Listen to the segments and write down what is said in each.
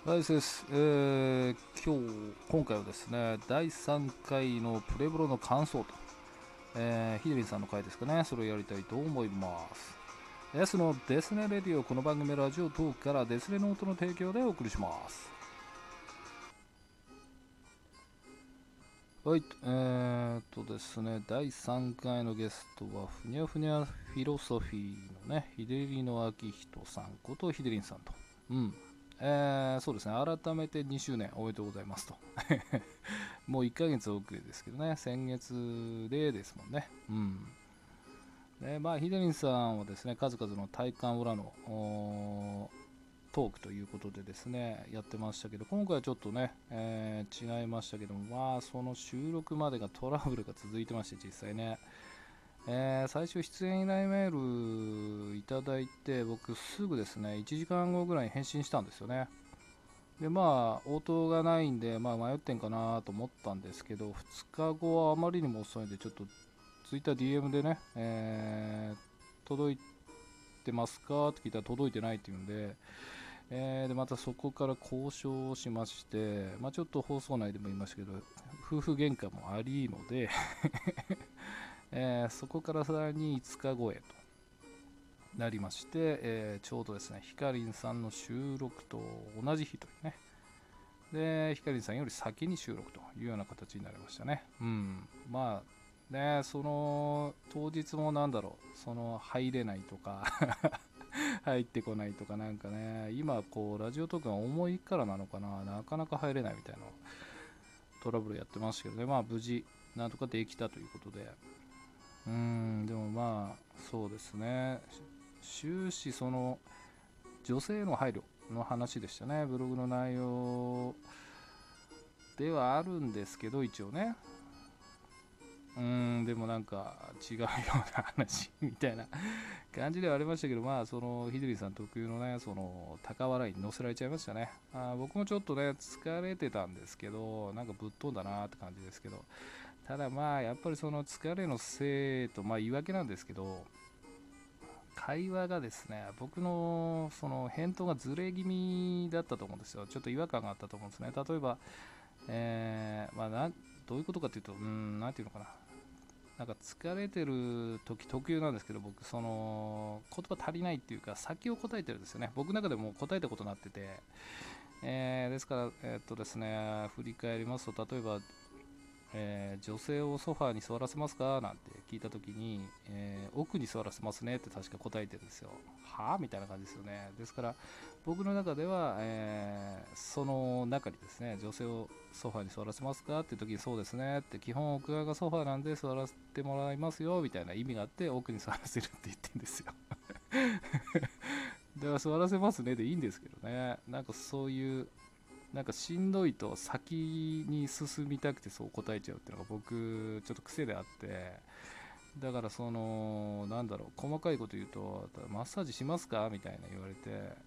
はい、です。今回はですね、第3回のプレブロの感想と、ヒデリンさんの回ですかね、それをやりたいと思います。S のデスネレディオ、この番組ラジオトークからデスネノートの提供でお送りします。はい、ですね、第3回のゲストは、ふにゃふにゃフィロソフィーのね、ヒデリノアキヒトさんことヒデリンさんと。うん。そうですね、改めて2周年おめでとうございますと。もう1ヶ月遅れですけどね、先月でですもんね。うん。で、まあ、ヒデリンさんはですね、数々の体感裏のトークということでですね、やってましたけど、今回はちょっとね、違いましたけども、まあ、その収録までがトラブルが続いてまして、実際ね。最初出演依頼メールいただいて、僕すぐですね、1時間後ぐらいに返信したんですよね。でまあ応答がないんで、まあ、迷ってんかなと思ったんですけど、2日後はあまりにも遅いんで、ちょっとツイッター DM でね、届いてますかって聞いたら届いてないっていうんで、でまたそこから交渉しまして、まあ、ちょっと放送内でも言いましたけど、夫婦喧嘩もありので、そこからさらに5日後へとなりまして、ちょうどですね、ヒカリンさんの収録と同じ日というね、で、ヒカリンさんより先に収録というような形になりましたね。うん。まあ、ね、その当日もなんだろう、その入れないとか入ってこないとかなんかね、今こうラジオトークが重いからなのかな、なかなか入れないみたいなトラブルやってましたけどね、まあ無事なんとかできたということで、でもまあそうですね、終始その女性への配慮の話でしたね。ブログの内容ではあるんですけど、一応ね。でもなんか違うような話みたいな感じではありましたけど、まあ、そのヒデリさん特有のね、その高笑いに乗せられちゃいましたね。僕もちょっとね、疲れてたんですけど、なんかぶっ飛んだなって感じですけど、ただまあ、やっぱりその疲れのせいと、まあ言い訳なんですけど、会話がですね、僕のその返答がずれ気味だったと思うんですよ。ちょっと違和感があったと思うんですね。例えば、まあ、どういうことかというと、なんていうのかな。なんか疲れてる時特有なんですけど、僕、その言葉足りないっていうか、先を答えてるんですよね。僕の中でも答えたことになってて、ですから、ですね、振り返りますと、例えば、女性をソファーに座らせますかなんて聞いたときに、奥に座らせますねって確か答えてるんですよ。はぁみたいな感じですよね。ですから僕の中では、その中にですね、女性をソファーに座らせますかって時にそうですねって、基本奥側がソファーなんで座らせてもらいますよみたいな意味があって、奥に座らせるって言ってるんですよ。だから座らせますねでいいんですけどね。なんかそういうなんかしんどいと先に進みたくてそう答えちゃうっていうのが僕ちょっと癖であって、だからそのなんだろう、細かいこと言うとマッサージしますかみたいな言われて、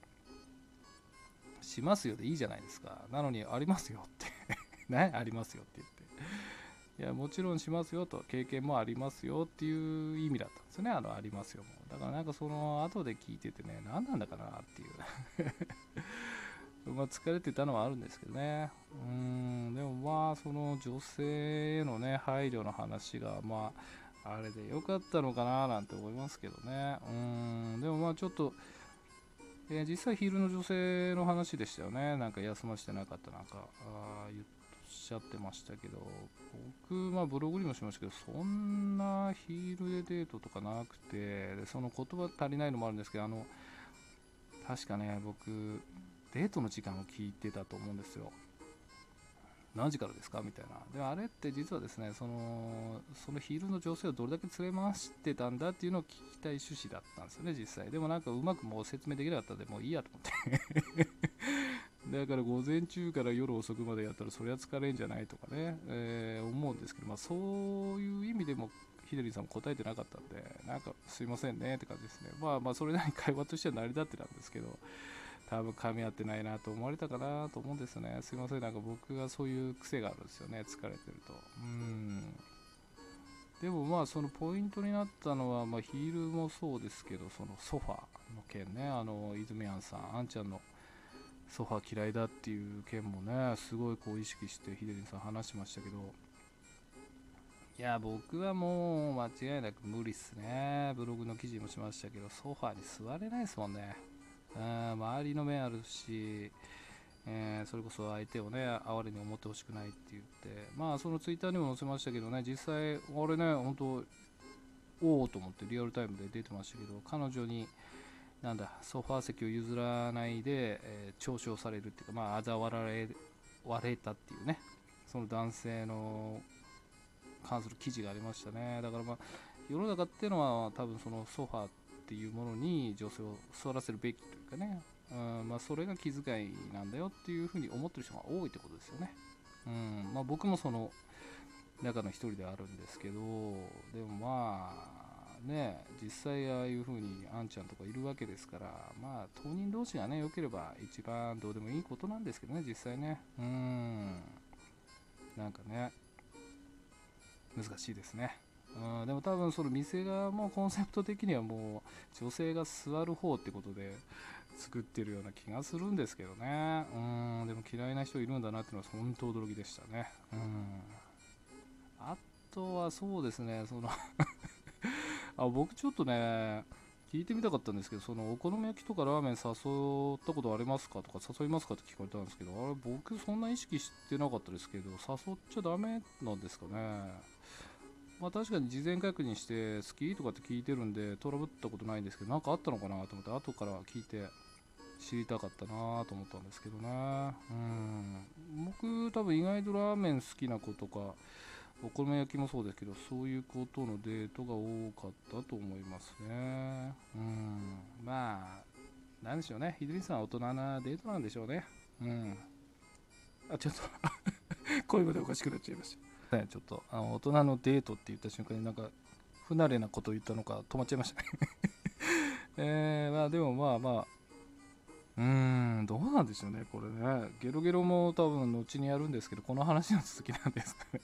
しますよでいいじゃないですか。なのにありますよってね、ありますよって言って、いやもちろんしますよと、経験もありますよっていう意味だったんですよね、ありますよも。だからなんかその後で聞いててね、何なんだかなっていうまあ、疲れてたのはあるんですけどね。でもまあ、その女性へのね、配慮の話が、まあ、あれで良かったのかななんて思いますけどね。でもまあ、ちょっと、実際ヒールの女性の話でしたよね。なんか休ませてなかった、なんか、言っしゃってましたけど、僕、まあ、ブログにもしましたけど、そんなヒールでデートとかなくて、でその言葉足りないのもあるんですけど、確かね、僕、デートの時間を聞いてたと思うんですよ。何時からですかみたいな。でもあれって実はですね、そのヒールの女性をどれだけ連れ回してたんだっていうのを聞きたい趣旨だったんですよね、実際。でもなんかうまくもう説明できなかったんで、もういいやと思ってだから午前中から夜遅くまでやったらそりゃ疲れんじゃないとかね、思うんですけど、まあそういう意味でもヒデリンさんも答えてなかったんで、なんかすいませんねって感じですね。まあまあそれなりに会話としては成り立ってたんですけど、多分噛み合ってないなと思われたかなと思うんですよね。すいません、なんか僕がそういう癖があるんですよね、疲れてると。でもまあそのポイントになったのは、まあ、ヒールもそうですけど、そのソファーの件ね、泉谷さん、あんちゃんのソファー嫌いだっていう件もね、すごいこう意識してヒデリンさん話しましたけど、いや僕はもう間違いなく無理っすね。ブログの記事もしましたけど、ソファーに座れないですもんね。周りの目あるし、それこそ相手をね哀れに思ってほしくないって言って、まあそのツイッターにも載せましたけどね、実際あれね、本当おおと思ってリアルタイムで出てましたけど、彼女になんだソファー席を譲らないで、嘲笑されるっていうか、まあ嘲笑われたっていうね、その男性の関する記事がありましたね。だからまあ世の中っていうのは多分そのソファーっていうものに女性を座らせるべきというかね、まあ、それが気遣いなんだよっていうふうに思ってる人が多いってことですよね。まあ、僕もその中の一人であるんですけど、でもまあね、実際ああいう風にあんちゃんとかいるわけですから、まあ当人同士がね良ければ一番どうでもいいことなんですけどね、実際ね。なんかね、難しいですね。でも多分その店側もコンセプト的にはもう女性が座る方ってことで作ってるような気がするんですけどね。でも嫌いな人いるんだなっていうのは本当驚きでしたね。あとはそうですね、その僕ちょっとね聞いてみたかったんですけど、そのお好み焼きとかラーメン誘ったことありますかとか誘いますかって聞かれたんですけど、あれ僕そんな意識してなかったですけど、誘っちゃダメなんですかね。まあ確かに事前確認して好きとかって聞いてるんでトラブったことないんですけど、なんかあったのかなと思って後から聞いて知りたかったなと思ったんですけどね。僕多分意外とラーメン好きな子とかお好み焼きもそうですけど、そういう子とのデートが多かったと思いますね。まあなんでしょうね、ひでりさんは大人なデートなんでしょうね。ちょっと声までおかしくなっちゃいました。ちょっと大人のデートって言った瞬間になんか不慣れなことを言ったのか止まっちゃいましたね。まあでもまあまあどうなんでしょうね、これね。ゲロゲロも多分後にやるんですけど、この話の続きなんですかね。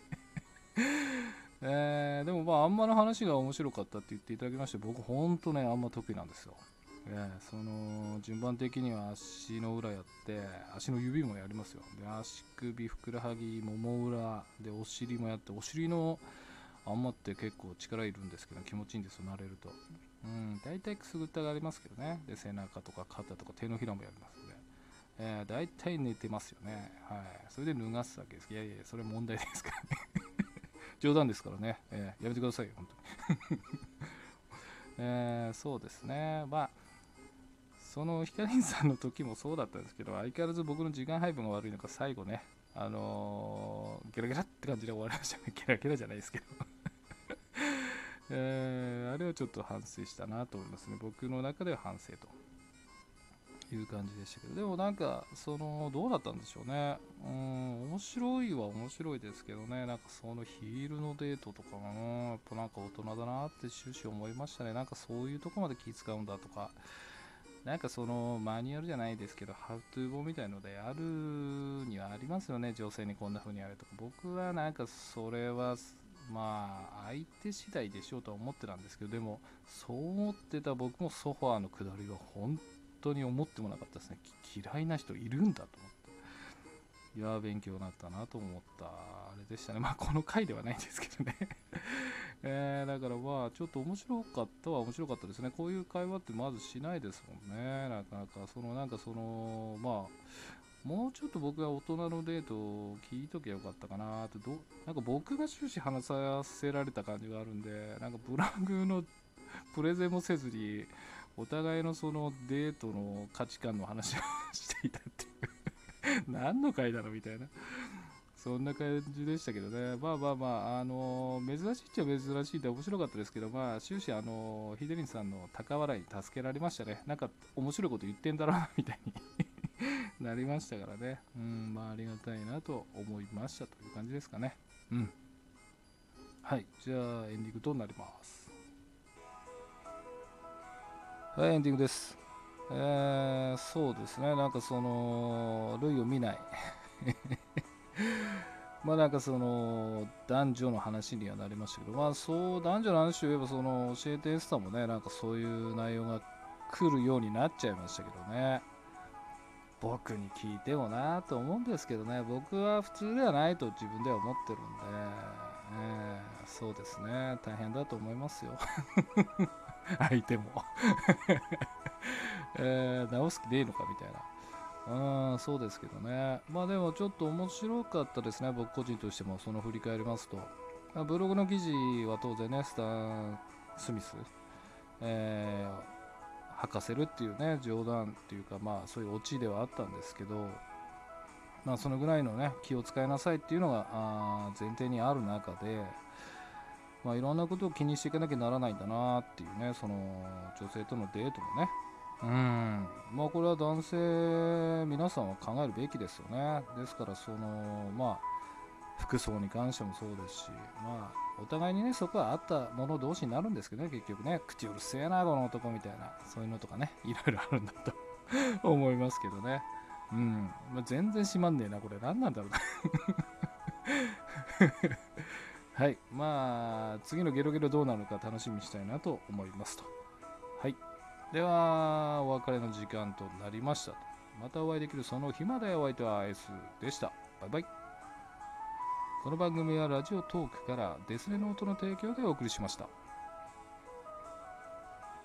でもまああんまの話が面白かったって言っていただきまして、僕ほんとねあんま得意なんですよ。その順番的には足の裏やって足の指もやりますよ。で足首ふくらはぎもも裏でお尻もやって、お尻のあんまって結構力いるんですけど気持ちいいんですよ、慣れると。大体くすぐったがありますけどね。で背中とか肩とか手のひらもやりますので、大体寝てますよね。それで脱がすわけです。いやいやそれ問題ですからね。冗談ですからね、やめてくださいよ本当に。そうですね。まあそのヒカリンさんの時もそうだったんですけど、相変わらず僕の時間配分が悪いのか最後ね、ゲラゲラって感じで終わりましたね。ゲラゲラじゃないですけど。あれはちょっと反省したなと思いますね。僕の中では反省という感じでしたけど、でもなんかそのどうだったんでしょうね。面白いは面白いですけどね。なんかそのヒールのデートとかもやっぱなんか大人だなって終始思いましたね。なんかそういうとこまで気使うんだとか、なんかそのマニュアルじゃないですけど、ハウトゥー本みたいのであるにはありますよね。女性にこんな風にやるとか。僕はなんかそれはまあ相手次第でしょうとは思ってたんですけど、でもそう思ってた僕もソファーの下りは本当に思ってもなかったですね。嫌いな人いるんだと思って、いやー勉強になったなと思ったあれでしたね。まあこの回ではないんですけどね。だからまあちょっと面白かったは面白かったですね。こういう会話ってまずしないですもんね。なかなかそのまあもうちょっと僕が大人のデートを聞いときゃよかったかなと。なんか僕が終始話させられた感じがあるんで、なんかブログのプレゼンもせずにお互いのそのデートの価値観の話をしていたっていう何の回だろうみたいな、そんな感じでしたけどね。まあまあまあ、珍しいっちゃ珍しいで面白かったですけど、まあ終始ヒデリンさんの高笑いに助けられましたね。なんか面白いこと言ってんだろうなみたいになりましたからね。まあありがたいなと思いましたという感じですかね。はい、じゃあエンディングとなります。はい、エンディングです。そうですね。なんかその類を見ないまあなんかその男女の話にはなりましたけど、まあそう男女の話を言えばその教えてエスタもね、なんかそういう内容が来るようになっちゃいましたけどね。 僕に聞いてもなと思うんですけどね、僕は普通ではないと自分では思ってるんで、そうですね、大変だと思いますよ。相手も、直す気ねえのかみたいな。そうですけどね。まあでもちょっと面白かったですね、僕個人としてもその振り返りますと。ブログの記事は当然ね、スタン・スミス、吐かせるっていうね、冗談っていうか、まあそういうオチではあったんですけど、まあそのぐらいのね、気を使いなさいっていうのが前提にある中で、まあいろんなことを気にしていかなきゃならないんだなっていうね、その女性とのデートもね、まあこれは男性皆さんは考えるべきですよね。ですからまあ服装に関してもそうですし、まあお互いにねそこはあったもの同士になるんですけどね、結局ね、口うるせえなこの男みたいな、そういうのとかね、いろいろあるんだと思いますけどね。まあ、全然閉まんねえな、これ何なんだろうな。はい、まあ次のゲロゲロどうなるのか楽しみにしたいなと思いますと。はい、ではお別れの時間となりました。またお会いできるその日まで。お相手は S でした。バイバイ。この番組はラジオトークからデスネノートの提供でお送りしました。